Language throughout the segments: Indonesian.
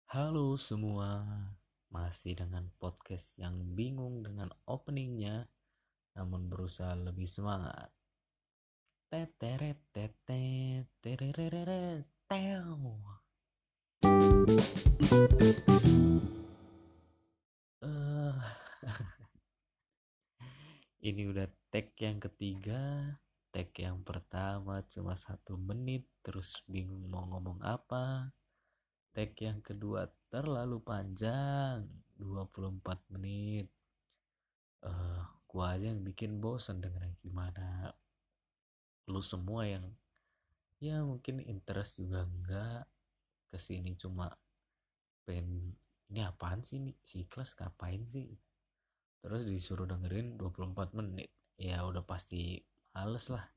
Halo semua, masih dengan podcast yang bingung dengan openingnya, namun berusaha lebih semangat. Teteret tetet terereret teo. Eh, ini udah tag yang ketiga. Tag yang pertama cuma 1 menit, terus bingung mau ngomong apa. Tag yang kedua terlalu panjang, 24 menit. Gua aja yang bikin bosan dengerin gimana lu semua yang ya mungkin interest juga enggak kesini cuma pengen ini apaan sih nih si kelas ngapain sih terus disuruh dengerin 24 menit ya udah pasti males lah.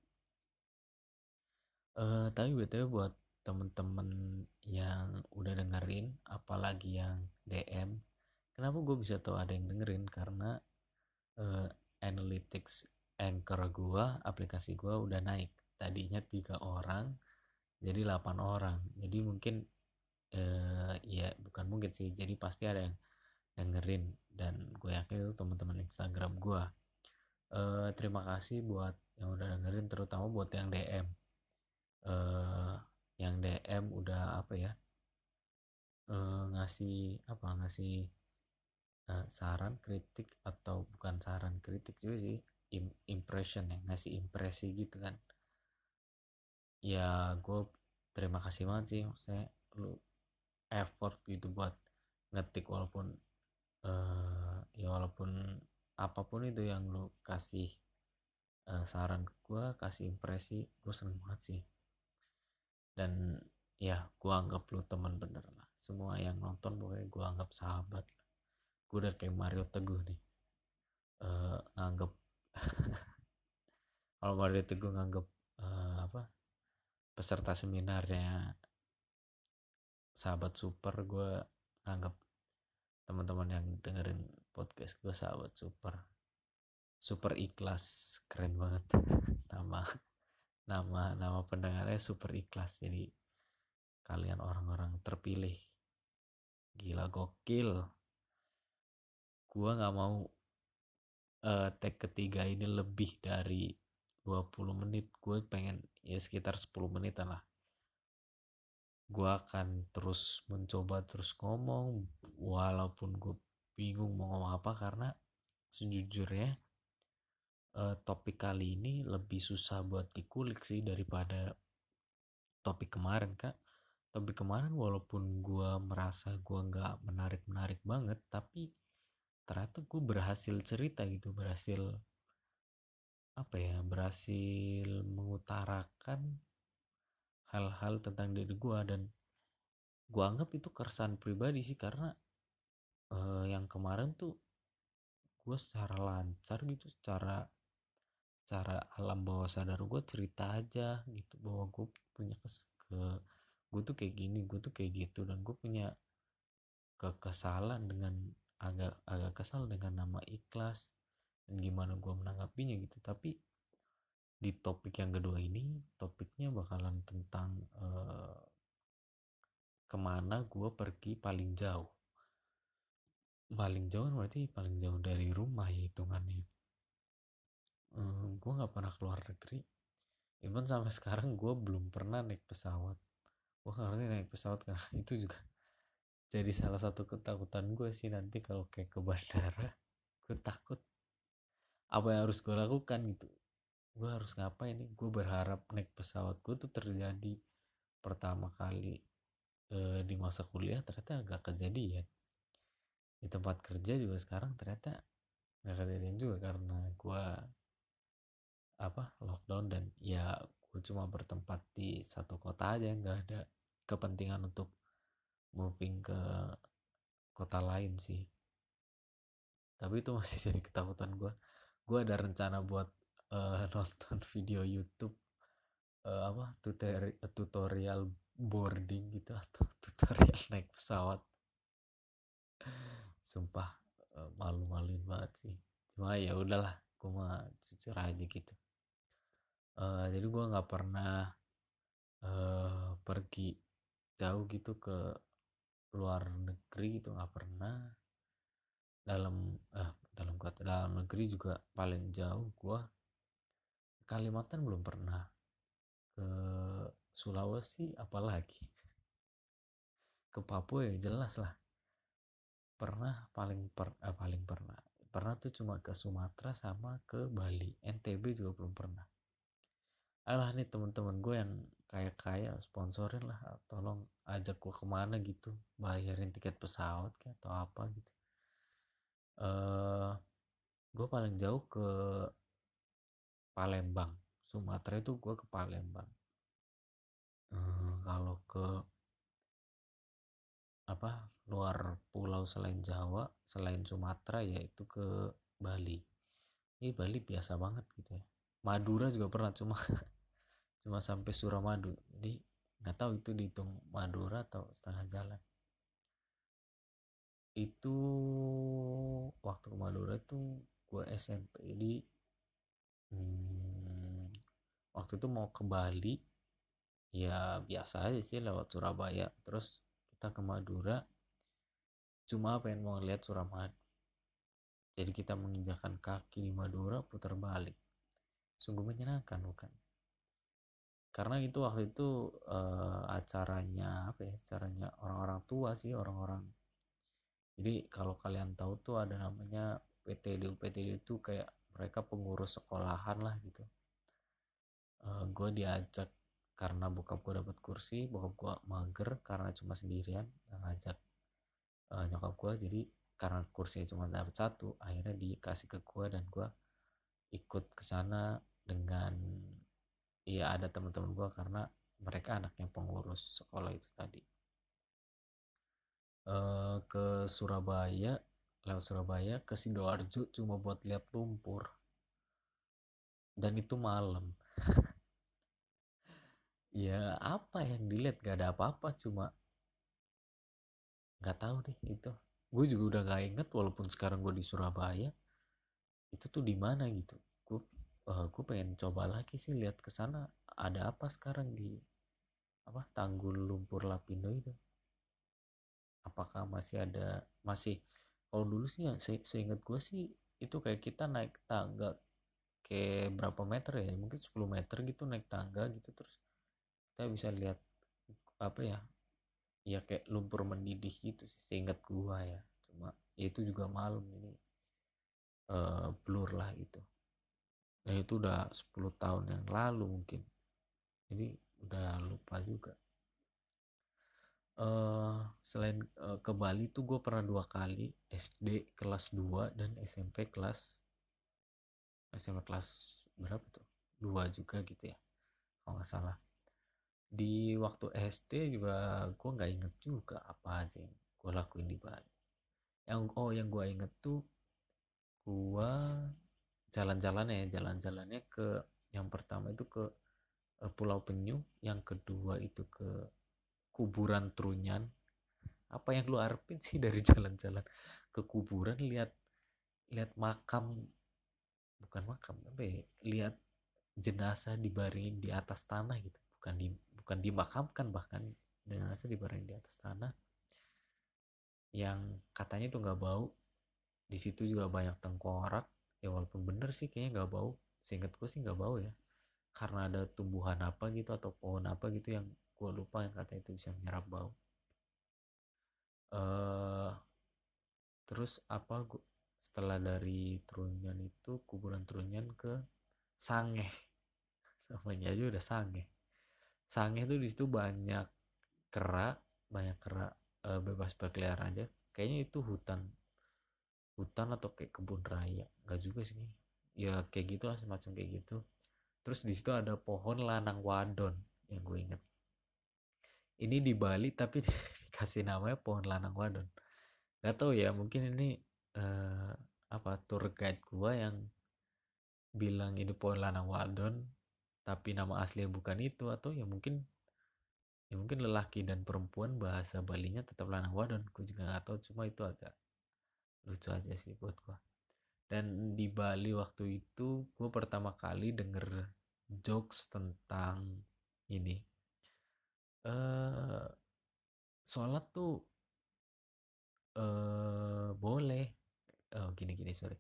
Tapi btw buat temen-temen yang udah dengerin apalagi yang DM, kenapa gue bisa tahu ada yang dengerin karena eh, analytics Anchor gue, aplikasi gue udah naik, tadinya 3 orang jadi 8 orang, jadi mungkin ya bukan mungkin sih, jadi pasti ada yang dengerin, dan gue yakin itu teman-teman Instagram gue. Terima kasih buat yang udah dengerin, terutama buat yang DM. Yang DM udah apa ya, ngasih ngasih saran kritik, atau bukan saran kritik juga sih, impression ya, ngasih impresi gitu kan. Ya gue terima kasih banget sih, maksudnya lu effort gitu buat ngetik, walaupun ya walaupun apapun itu yang lu kasih, saran gue, kasih impresi, gue seneng banget sih. Dan ya gue anggap lu teman bener lah, semua yang nonton pokoknya gue anggap sahabat. Gue udah kayak Mario Teguh nih, nganggep kalau Mario Teguh nganggep apa, peserta seminarnya sahabat super, gue nganggep teman-teman yang dengerin podcast gue sahabat super. Super ikhlas, keren banget. nama nama pendengarnya super ikhlas, jadi kalian orang-orang terpilih, gila gokil. Gua nggak mau tag ketiga ini lebih dari 20 menit, gue pengen ya sekitar 10 menitan lah. Gue akan terus mencoba terus ngomong walaupun gue bingung mau ngomong apa, karena sejujurnya topik kali ini lebih susah buat dikulik sih daripada topik kemarin, kak. Topik kemarin walaupun gue merasa gue nggak menarik banget, tapi ternyata gue berhasil cerita gitu, berhasil apa ya, berhasil mengutarakan hal-hal tentang diri gue, dan gue anggap itu keresahan pribadi sih, karena yang kemarin tuh gue secara lancar gitu, secara alam bawah sadar gue cerita aja gitu, bahwa gue punya ke gue tuh kayak gini, gue tuh kayak gitu, dan gue punya kekesalan dengan, agak agak kesal dengan nama ikhlas dan gimana gue menanggapinya gitu. Tapi di topik yang kedua ini, topiknya bakalan tentang kemana gue pergi paling jauh berarti paling jauh dari rumah ya hitungannya. Gue nggak pernah keluar negeri, even sampai sekarang gue belum pernah naik pesawat. Gue nggak ngerti naik pesawat karena itu juga jadi salah satu ketakutan gue sih, nanti kalau kayak ke bandara gue takut apa yang harus gue lakukan gitu. Gue harus ngapain nih, gue berharap naik pesawat gue tuh terjadi pertama kali di masa kuliah, ternyata agak kejadian. Di tempat kerja juga sekarang ternyata nggak kejadian juga, karena gue lockdown, dan ya gue cuma bertempat di satu kota aja, nggak ada kepentingan untuk moving ke kota lain sih. Tapi itu masih jadi ketakutan gue. Gue ada rencana buat nonton video YouTube, tutorial boarding gitu, atau tutorial naik pesawat. Sumpah malu-maluin banget sih, cuma ya udahlah, gue mah jujur aja gitu. Jadi gue nggak pernah pergi jauh gitu ke luar negeri gitu nggak pernah. Dalam negeri juga paling jauh gua Kalimantan belum pernah, ke Sulawesi apalagi, ke Papua ya jelas lah pernah. Paling pernah tuh cuma ke Sumatera sama ke Bali. NTB juga belum pernah. Alah nih teman-teman gue yang kaya sponsorin lah, tolong ajak gue kemana gitu, bayarin tiket pesawat kayak atau apa gitu. Gue paling jauh ke Palembang. Sumatera itu gue ke Palembang. Kalau ke apa, luar pulau selain Jawa, selain Sumatera, yaitu ke Bali. Ini Bali biasa banget gitu ya. Madura juga pernah, cuma sampai Suramadu. Jadi nggak tahu itu dihitung Madura atau setengah jalan. Itu waktu ke Madura itu gue SMP. Jadi hmm, waktu itu mau ke Bali, ya biasa aja sih lewat Surabaya. Terus kita ke Madura, cuma pengen mau lihat Suramadu. Jadi kita menginjakan kaki di Madura, putar balik. Sungguh menyenangkan bukan? Karena itu waktu itu acaranya apa ya? Acaranya orang-orang tua sih, orang-orang. Jadi kalau kalian tahu tuh ada namanya PTD. PTD itu kayak mereka pengurus sekolahan lah gitu. Gue diajak karena bokap gue dapat kursi, bokap gue mager karena cuma sendirian, yang ngajak nyokap gue. Jadi karena kursinya cuma dapat satu, akhirnya dikasih ke gue dan gue ikut ke sana dengan, iya, ada teman-teman gue karena mereka anaknya pengurus sekolah itu tadi. Ke Surabaya, lewat Surabaya ke Sidoarjo cuma buat lihat lumpur, dan itu malam. Ya apa yang dilihat, gak ada apa-apa, cuma nggak tahu deh itu. Gue juga udah gak inget walaupun sekarang gue di Surabaya itu tuh di mana gitu. Gue pengen coba lagi sih lihat ke sana ada apa sekarang di apa Tanggul Lumpur Lapindo itu. Apakah masih ada, masih, kalau dulu sih ya seingat gue sih itu kayak kita naik tangga kayak berapa meter ya, mungkin 10 meter gitu, naik tangga gitu, terus kita bisa lihat apa ya, ya kayak lumpur mendidih gitu sih seingat gua ya. Cuma ya itu juga malam, ini blur lah gitu. Dan itu udah 10 tahun yang lalu mungkin, jadi udah lupa juga. Selain ke Bali tuh gue pernah 2 kali, SD kelas 2 dan SMP kelas berapa tuh, 2 juga gitu ya kalau nggak salah. Di waktu SD juga gue nggak inget juga apa aja yang gue lakuin di Bali. Yang gue inget tuh gue jalan-jalannya ke, yang pertama itu ke Pulau Penyu, yang kedua itu ke kuburan Trunyan. Apa yang lu harapin sih dari jalan-jalan ke kuburan, lihat lihat makam, bukan makam apa ya, lihat jenazah dibaringin di atas tanah gitu, bukan dimakamkan, bahkan jenazah dibaringin di atas tanah yang katanya itu nggak bau. Di situ juga banyak tengkorak, ya walaupun bener sih kayaknya nggak bau, seingat gue sih nggak bau ya, karena ada tumbuhan apa gitu atau pohon apa gitu yang gue lupa, yang katanya itu bisa menyerap bau. eh Terus apa, setelah dari Trunyan itu, kuburan Trunyan, ke Sangeh. Namanya aja udah Sangeh. Sangeh itu di situ banyak kera, bebas berkeliaran aja. Kayaknya itu hutan hutan atau kayak kebun raya, nggak juga sih, ya kayak gitu lah, semacam kayak gitu. Terus di situ ada pohon lanang wadon, yang gue inget ini di Bali tapi dikasih namanya pohon lanang wadon. Nggak tahu ya, mungkin ini eh, apa, tour guide gue yang bilang ini pohon lanang wadon tapi nama aslinya bukan itu, atau ya mungkin lelaki dan perempuan bahasa Balinya tetap lanang wadon, gue juga nggak tahu, cuma itu agak lucu aja sih buat gue. Dan di Bali waktu itu gue pertama kali denger jokes tentang ini, eh sholat tuh gini, sorry.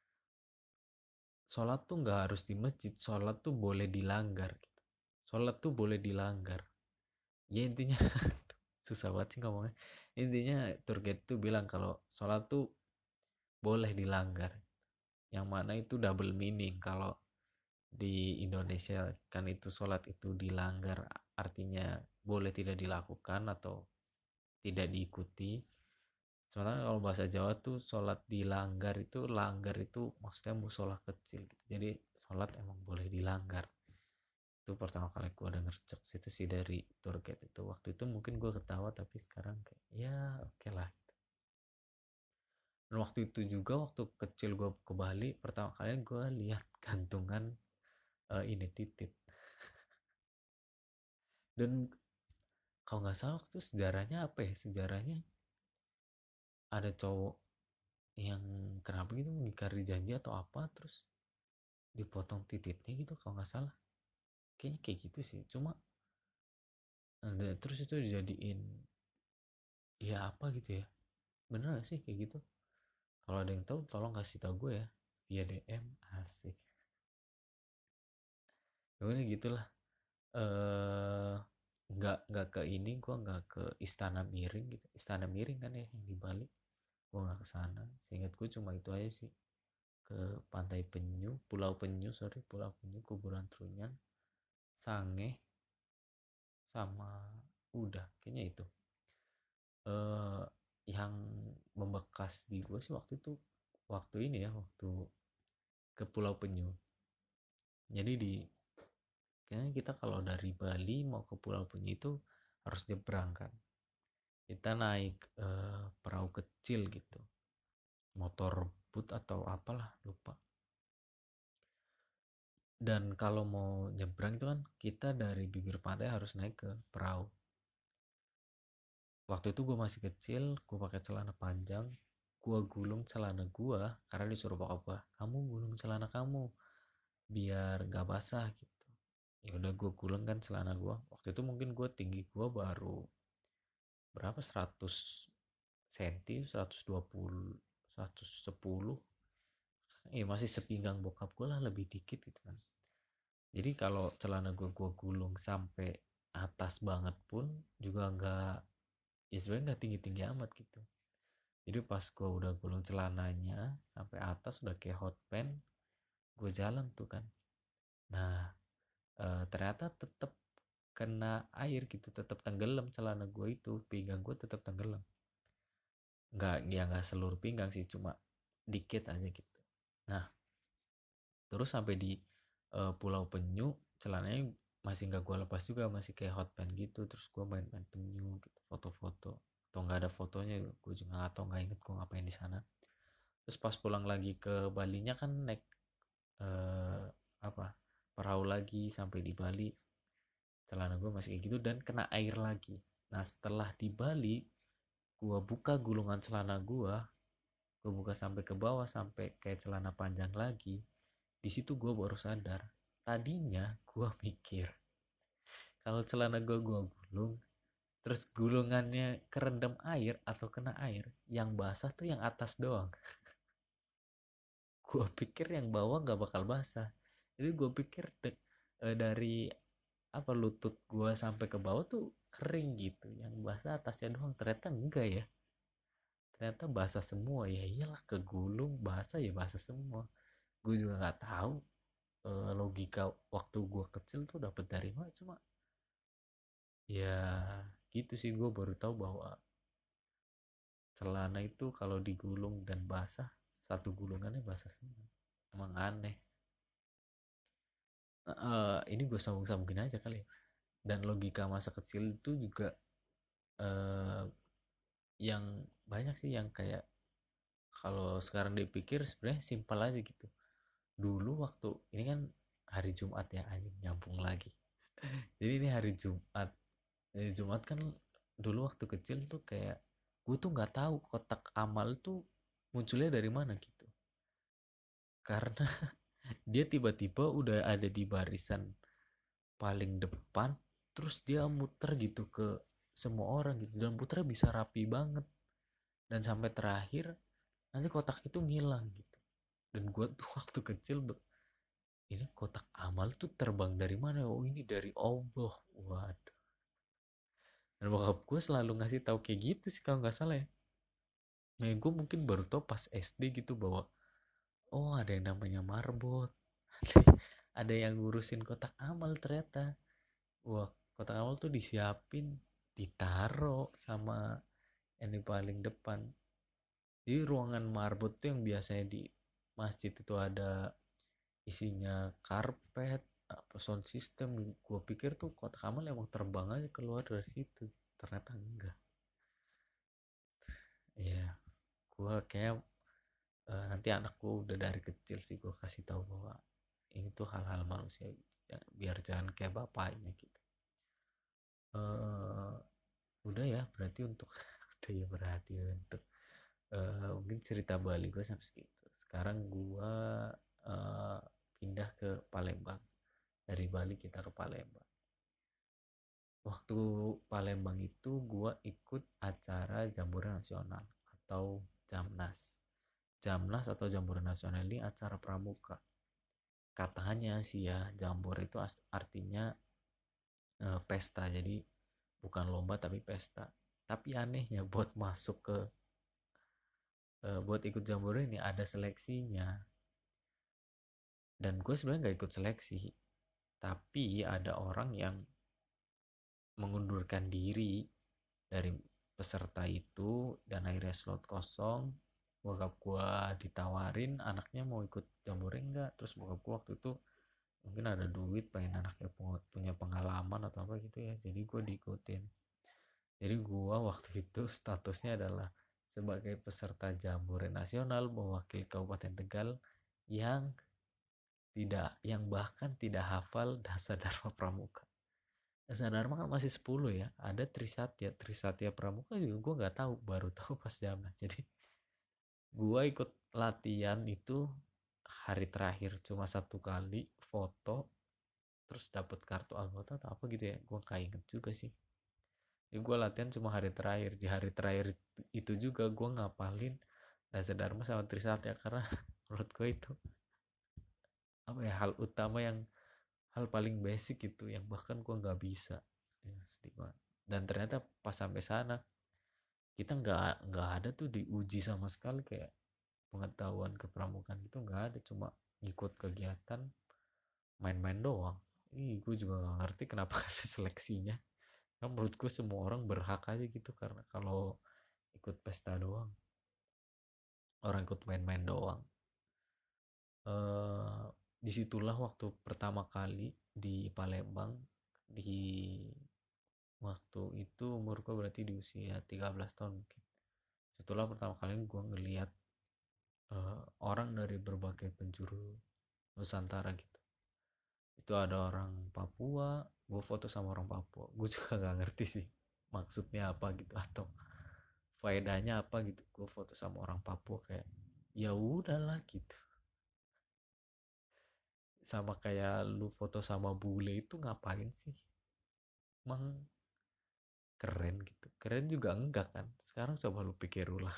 Sholat tuh nggak harus di masjid, sholat tuh boleh dilanggar gitu. Sholat tuh boleh dilanggar. Ya intinya susah banget sih ngomongnya. Intinya tour guide tuh bilang kalau sholat tuh boleh dilanggar. Yang mana itu double meaning. Kalau di Indonesia kan itu sholat itu dilanggar, artinya boleh tidak dilakukan atau tidak diikuti. Sementara kalau bahasa Jawa tuh sholat dilanggar itu, langgar itu maksudnya musola kecil gitu. Jadi sholat emang boleh dilanggar. Itu pertama kali gue denger jokes itu sih dari tour guide itu. Waktu itu mungkin gue ketawa, tapi sekarang kayak ya oke lah. Dan waktu itu juga, waktu kecil gue ke Bali pertama kali gue lihat gantungan ini titit. Dan kalau nggak salah waktu sejarahnya apa ya, sejarahnya ada cowok yang kenapa gitu mengingkari janji atau apa, terus dipotong titiknya gitu kalau nggak salah, kayaknya kayak gitu sih. Cuma terus itu dijadiin ya apa gitu ya, bener gak sih kayak gitu? Kalau ada yang tahu tolong kasih tahu gue ya via DM. Asik. Pokoknya gitulah. eh nggak ke ini, gue nggak ke Istana Miring gitu. Istana Miring kan ya yang di Bali, gue nggak ke sana. Seingat gue cuma itu aja sih, ke Pantai Penyu, Pulau Penyu, sorry, Pulau Penyu, Kuburan Trunyan, Sange, sama udah kayaknya itu. eh yang membekas di gue sih waktu itu, waktu ini ya, waktu ke Pulau Penyu. Jadi di kayaknya kita kalau dari Bali mau ke Pulau Penyu itu harus nyebrang kan. Kita naik perahu kecil gitu, motor boot atau apalah lupa. Dan kalau mau nyebrang itu kan kita dari bibir pantai harus naik ke perahu. Waktu itu gue masih kecil, gue pakai celana panjang, gue gulung celana gue karena disuruh bokap gue, kamu gulung celana kamu biar gak basah gitu. Ya udah gue gulung kan celana gue. Waktu itu mungkin gue tinggi gue baru berapa, 100 cm, 120, 110. Masih sepinggang bokap gue lah, lebih dikit gitu kan. Jadi kalau celana gue gulung sampai atas banget pun juga nggak, ya sebenarnya nggak tinggi tinggi amat gitu. Jadi pas gue udah gulung celananya sampai atas udah kayak hot pants, gue jalan tuh kan. Nah, ternyata tetap kena air gitu, tetap tenggelam celana gue itu, pinggang gue tetap tenggelam. Nggak, ya nggak seluruh pinggang sih, cuma dikit aja gitu. Nah, terus sampai di Pulau Penyu, celananya masih nggak gue lepas juga, masih kayak hot pants gitu. Terus gue main-main penyu gitu, foto-foto, atau nggak ada fotonya gue juga nggak tahu, nggak inget gue ngapain di sana. Terus pas pulang lagi ke Balinya kan naik eh, apa, perahu lagi sampai di Bali, celana gue masih kayak gitu dan kena air lagi. Nah setelah di Bali, gue buka gulungan celana gue buka sampai ke bawah sampai kayak celana panjang lagi. Di situ gue baru sadar, tadinya gue mikir kalau celana gue gulung, terus gulungannya kerendam air atau kena air, yang basah tuh yang atas doang. Gue pikir yang bawah nggak bakal basah. Jadi gue pikir dari apa, lutut gue sampai ke bawah tuh kering gitu, yang basah atasnya doang. Ternyata enggak ya, ternyata basah semua. Ya iyalah, kegulung basah ya basah semua. Gue juga nggak tahu logika waktu gue kecil tuh dapet dari mana. Cuma ya gitu sih, gue baru tahu bahwa celana itu kalau digulung dan basah, satu gulungannya basah semua. Emang aneh. Ini gue sambung-sambungin aja kali ya. Dan logika masa kecil itu juga eh, yang banyak sih yang kayak kalau sekarang dipikir sebenarnya simpel aja gitu. Dulu waktu ini kan hari Jumat ya, anjing nyambung lagi. Jadi ini hari Jumat. Hari Jumat kan dulu waktu kecil tuh kayak gue tuh nggak tahu kotak amal tuh munculnya dari mana gitu. Karena dia tiba-tiba udah ada di barisan paling depan, terus dia muter gitu ke semua orang gitu, dan puternya bisa rapi banget, dan sampai terakhir nanti kotak itu ngilang gitu. Dan gue tuh waktu kecil ini kotak amal tuh terbang dari mana? Oh ini dari Allah. Waduh. Dan bokap gue selalu ngasih tahu kayak gitu sih kalau nggak salah ya. Nah, gue mungkin baru tau pas SD gitu bahwa oh ada yang namanya marbot. Ada yang ngurusin kotak amal ternyata. Wah, kotak amal tuh disiapin, ditaro sama yang di paling depan. Jadi ruangan marbot tuh yang biasanya di masjid itu ada isinya karpet, apa sound system. Gue pikir tuh kotak amal emang terbang aja keluar dari situ. Ternyata enggak. Iya, gue kayak nanti anakku udah dari kecil sih gue kasih tahu bahwa ini tuh hal-hal manusia biar jangan kayak bapaknya gitu. Eh udah ya berarti untuk udah ya berarti untuk mungkin cerita Bali gue sampai segitu. Sekarang gue uh, pindah ke Palembang. Dari Bali kita ke Palembang. Waktu Palembang itu gue ikut acara Jamboree Nasional atau Jamnas. Jamnas atau Jamboree Nasional ini acara pramuka. Katanya sih ya, Jambore itu artinya pesta. Jadi bukan lomba tapi pesta. Tapi anehnya buat ikut Jamboree ini ada seleksinya. Dan gue sebenarnya nggak ikut seleksi, tapi ada orang yang mengundurkan diri dari peserta itu dan akhirnya slot kosong. Bokap gue ditawarin anaknya mau ikut Jamboree enggak, terus bokap gue waktu itu mungkin ada duit pengen anaknya punya pengalaman atau apa gitu ya, jadi gue diikutin. Jadi gue waktu itu statusnya adalah sebagai peserta Jamboree Nasional mewakili Kabupaten Tegal yang bahkan tidak hafal dasar Dharma Pramuka. Dasar Dharma kan masih 10 ya. Ada Trisatya Pramuka juga gue nggak tahu, baru tahu pas zaman. Jadi gue ikut latihan itu hari terakhir cuma satu kali foto, terus dapat kartu anggota atau apa gitu ya. Gue nggak inget juga sih. Jadi gue latihan cuma hari terakhir. Di hari terakhir itu juga gue ngapalin Dasar Dharma sama Trisatya karena menurut gue itu apa ya, hal paling basic gitu yang bahkan gue nggak bisa ya, sedih banget. Dan ternyata pas sampai sana kita nggak ada tuh diuji sama sekali kayak pengetahuan kepramukaan itu nggak ada, cuma ngikut kegiatan main-main doang. Gue juga nggak ngerti kenapa ada seleksinya, kan menurut gue semua orang berhak aja gitu karena kalau ikut pesta doang, orang ikut main-main doang. eh Disitulah waktu pertama kali di Palembang, di waktu itu umur gue berarti di usia 13 tahun mungkin. Setelah pertama kali gue ngeliat orang dari berbagai penjuru Nusantara gitu. Itu ada orang Papua, gue foto sama orang Papua. Gue juga gak ngerti sih maksudnya apa gitu atau faedahnya apa gitu. Gue foto sama orang Papua kayak ya udahlah gitu. Sama kayak lu foto sama bule itu ngapain sih? Emang keren gitu? Keren juga enggak kan? Sekarang coba lu pikir ulang.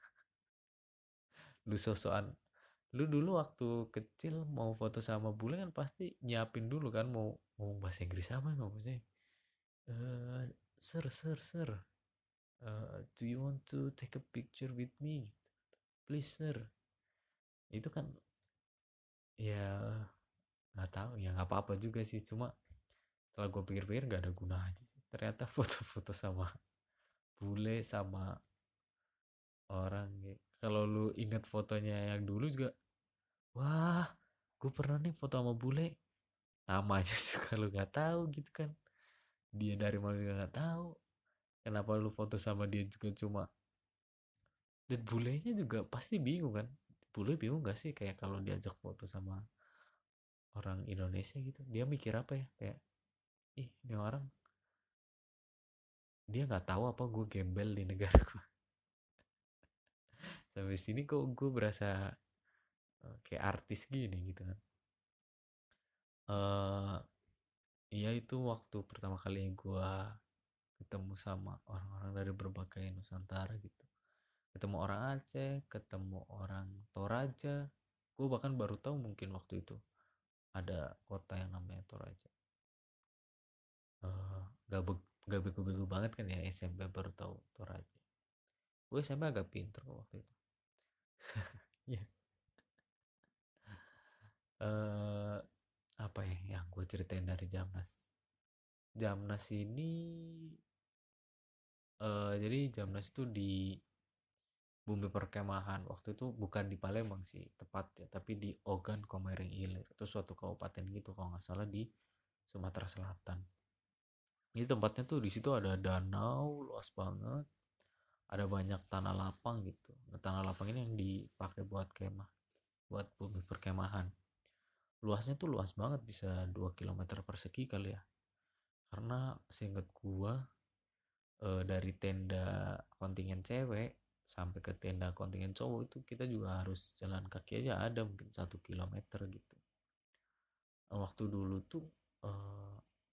Lu sosokan, lu dulu waktu kecil mau foto sama bule kan pasti nyiapin dulu kan, mau mau bahasa Inggris apa ya ngomongnya, uh, sir, do you want to take a picture with me, please sir. Itu kan ya nggak tahu ya, nggak apa-apa juga sih, cuma setelah gue pikir-pikir nggak ada gunanya sih. Ternyata foto-foto sama bule sama orang gitu. Kalau lu inget fotonya yang dulu juga, wah gue pernah nih foto sama bule, namanya juga lu nggak tahu gitu kan, dia dari mana juga nggak tahu, kenapa lu foto sama dia juga cuma. Dan bulenya juga pasti bingung kan, bule bingung gak sih kayak kalau diajak foto sama orang Indonesia gitu, dia mikir apa ya, kayak ih ini orang dia nggak tahu apa gue gembel di negara gue. Sampai sini kok gue berasa kayak artis gini gitu kan. eh Iya itu waktu pertama kali gue ketemu sama orang-orang dari berbagai Nusantara gitu, ketemu orang Aceh, ketemu orang Toraja, Gue bahkan baru tahu mungkin waktu itu ada kota yang namanya Toraja. Eh, gak, gak bego-bego banget kan ya SMP baru tahu Toraja. Gue SMP agak pinter waktu itu. Iya. eh Apa ya yang gue ceritain dari Jamnas? Jamnas ini jadi Jamnas itu di bumi perkemahan. Waktu itu bukan di Palembang sih tepatnya, tapi di Ogan Komering Ilir. Itu suatu kabupaten gitu kalau nggak salah di Sumatera Selatan. Ini tempatnya tuh di situ ada danau luas banget, ada banyak tanah lapang gitu. Nah, tanah lapang ini yang dipakai buat kemah, buat bumi perkemahan. Luasnya tuh luas banget, bisa 2 kilometer persegi kali ya. Karena seingat gua dari tenda kontingen cewek sampai ke tenda kontingen cowok itu kita juga harus jalan kaki aja, ada mungkin 1 kilometer gitu. Waktu dulu tuh eh,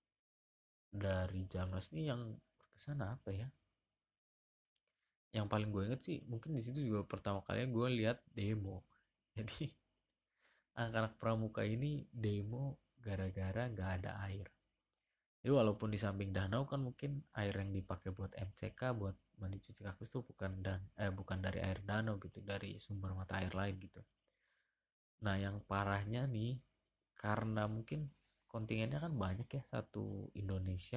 dari Jamnas ini yang berkesan apa ya, yang paling gue inget sih mungkin di situ juga pertama kali gue lihat demo. Jadi anak-anak pramuka ini demo gara-gara nggak ada air. Jadi walaupun di samping danau kan mungkin air yang dipakai buat MCK, buat mandi cuci kaki itu bukan dari air danau gitu, dari sumber mata air lain gitu. Nah yang parahnya nih, karena mungkin kontingennya kan banyak ya, satu Indonesia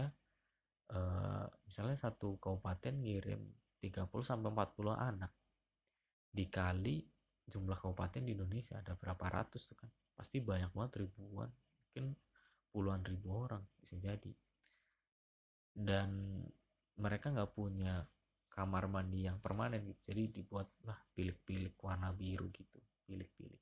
misalnya satu kabupaten ngirim 30 sampai 40 anak, dikali jumlah kabupaten di Indonesia ada berapa ratus tuh kan, pasti banyak banget, ribuan, mungkin puluhan ribu orang bisa jadi. Dan mereka nggak punya kamar mandi yang permanen gitu, jadi dibuatlah bilik-bilik warna biru gitu, bilik-bilik.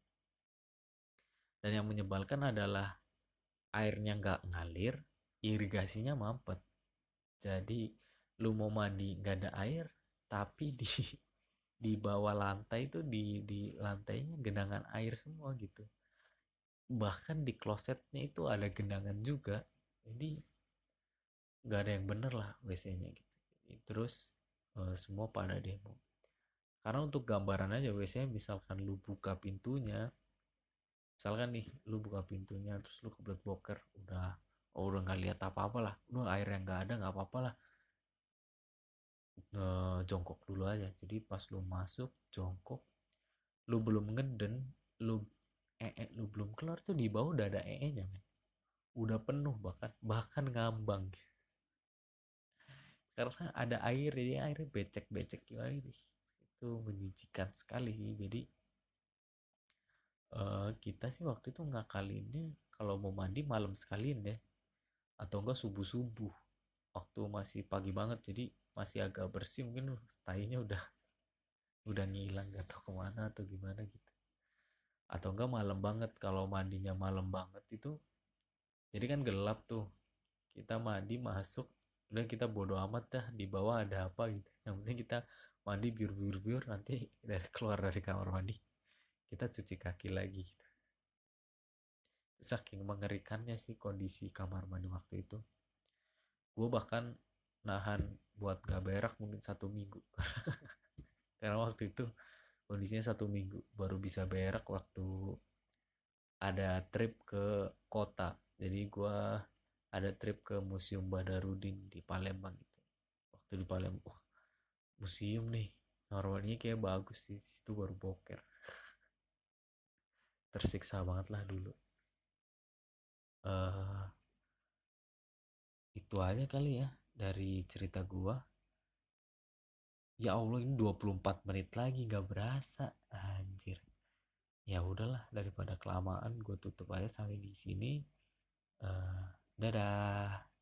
Dan yang menyebalkan adalah airnya nggak ngalir, irigasinya mampet. Jadi lu mau mandi nggak ada air, tapi di bawah lantai itu, di lantainya genangan air semua gitu. Bahkan di klosetnya itu ada genangan juga. Jadi nggak ada yang bener lah WC-nya gitu. Terus semua pada demo. Karena untuk gambaran aja, WC-nya misalkan lu buka pintunya, misalkan nih lu buka pintunya terus lu kebelet boker, udah nggak lihat apa-apa lah, udah air yang nggak ada nggak apa-apa lah, jongkok dulu aja. Jadi pas lu masuk jongkok, lu belum ngeden, lu lu belum kelar tuh di bawah udah ada nya men. Udah penuh, bahkan bahkan ngambang karena ada air, jadi airnya becek-becek gimana gitu. Itu menjijikan sekali sih. Jadi kita sih waktu itu ngakalinnya kalau mau mandi malam sekalian deh, atau enggak subuh subuh waktu masih pagi banget, jadi masih agak bersih, mungkin tainya udah ngilang gak tau kemana atau gimana gitu. Atau enggak malam banget, kalau mandinya malam banget itu jadi kan gelap tuh, kita mandi masuk, udah kita bodo amat dah di bawah ada apa gitu, yang penting kita mandi biur biur biur, nanti dari keluar dari kamar mandi kita cuci kaki lagi gitu. Saking mengerikannya sih kondisi kamar mandi waktu itu, gue bahkan nahan buat gak berak mungkin 1 minggu. Karena waktu itu kondisinya 1 minggu baru bisa berak waktu ada trip ke kota. Jadi gue ada trip ke Museum Badarudin di Palembang gitu. Waktu di Palembang, museum nih, normalnya kayak bagus sih, situ baru boker. Tersiksa banget lah dulu. eh Itu aja kali ya dari cerita gua. Ya Allah, ini 24 menit lagi gak berasa. Anjir. Ya udahlah, daripada kelamaan gue tutup aja sampai di sini. Dadah.